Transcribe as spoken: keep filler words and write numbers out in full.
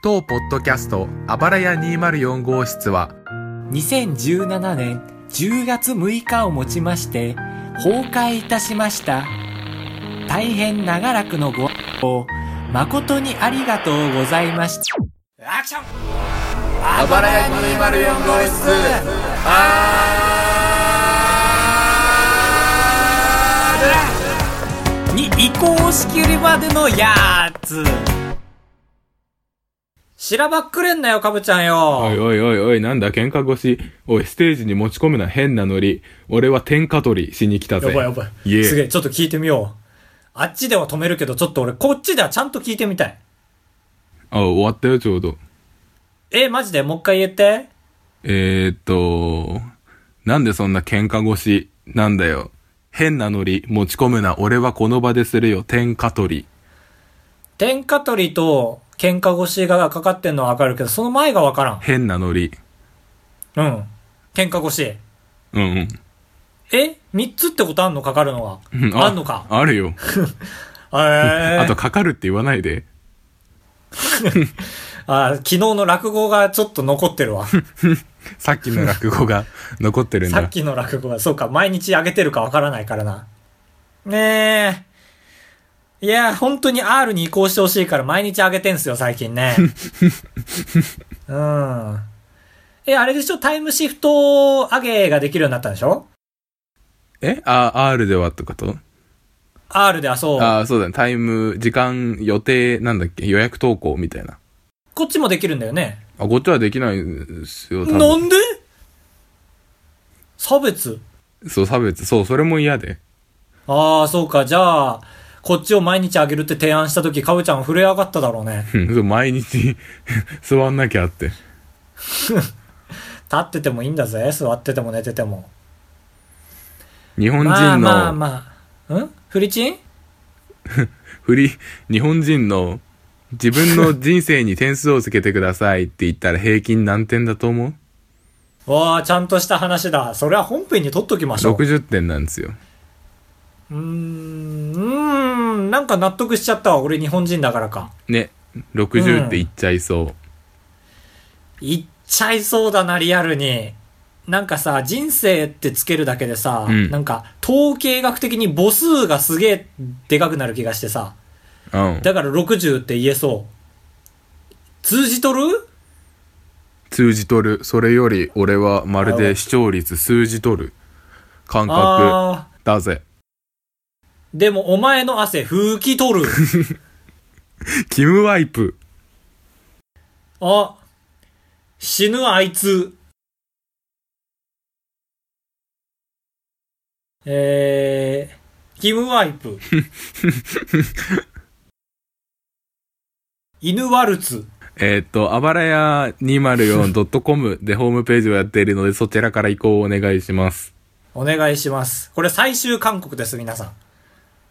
当ポッドキャストあばらやにまるよん号室はにせんじゅうななねんじゅうがつむいかをもちまして崩壊いたしました。大変長らくのご愛顧誠にありがとうございました。アクション。 あばらやにまるよん号室に移行しきるまでのやつ。しらばっくれんなよ、かぶちゃんよ。 おいおいおいおい、なんだ喧嘩腰。おい、ステージに持ち込むな変なノリ。俺は天下取りしに来たぜ。 やばいやばい。すげえ、ちょっと聞いてみよう。あっちでは止めるけど、ちょっと俺こっちではちゃんと聞いてみたい。 あ、終わったよちょうど。 え、マジでもう一回言って。 えーっとなんでそんな喧嘩腰なんだよ。変なノリ持ち込むな。俺はこの場でするよ。天下取り。 天下取りと喧嘩腰がかかってんのはわかるけど、その前がわからん。 変なノリ。 うん。喧嘩腰。 うんうん。 え三つってことあんのかかるのは。あ, あんのかあるよ。 えー、 あとかかるって言わないで。 あ、昨日の落語がちょっと残ってるわ。 さっきの落語が残ってるんだ。 さっきの落語が、そうか、毎日あげてるかわからないからな。ねえ。いや、本当に R に移行してほしいから毎日あげてんすよ、最近ね。うん。え、あれでしょ、タイムシフト上げができるようになったんでしょ？ えあ、R ではってこと？ R ではそう。 あ、そうだね。タイム、時間、予定、なんだっけ、予約投稿みたいな。 こっちもできるんだよね。 あ、こっちはできないですよ。 なんで？差別？ そう、差別。そう、それも嫌で。 ああ、そうか。じゃあ、こっちを毎日あげるって提案したとき、かぶちゃん震え上がっただろうね。 そう、毎日座んなきゃって。 立っててもいいんだぜ。座ってても寝てても。 日本人の、 まあまあまあ。ん？フリチン？ フリ、日本人の自分の人生に点数をつけてくださいって言ったら平均何点だと思う？わあ、ちゃんとした話だ。それは本編に取っときましょう。 ろくじゅってんなんですよ。 うーん、うーん、なんか納得しちゃったわ。俺日本人だからか。 ね、ろくじゅうって言っちゃいそう。うん、 言っちゃいそうだな、リアルに。なんかさ、人生ってつけるだけでさ、うん、なんか統計学的に母数がすげえでかくなる気がしてさ。うん、だからろくじゅうって言えそう。通じとる？ 通じとる。それより俺はまるで視聴率数字とる感覚だぜ。 でもお前の汗拭き取る。 キムワイプ。 あ、死ぬあいつ。えー、キムワイプ。犬ワルツ。 えーっと、あばらや にまるよんドットコム でホームページをやっているので、そちらから移行をお願いします。 お願いします。これ最終勧告です、皆さん。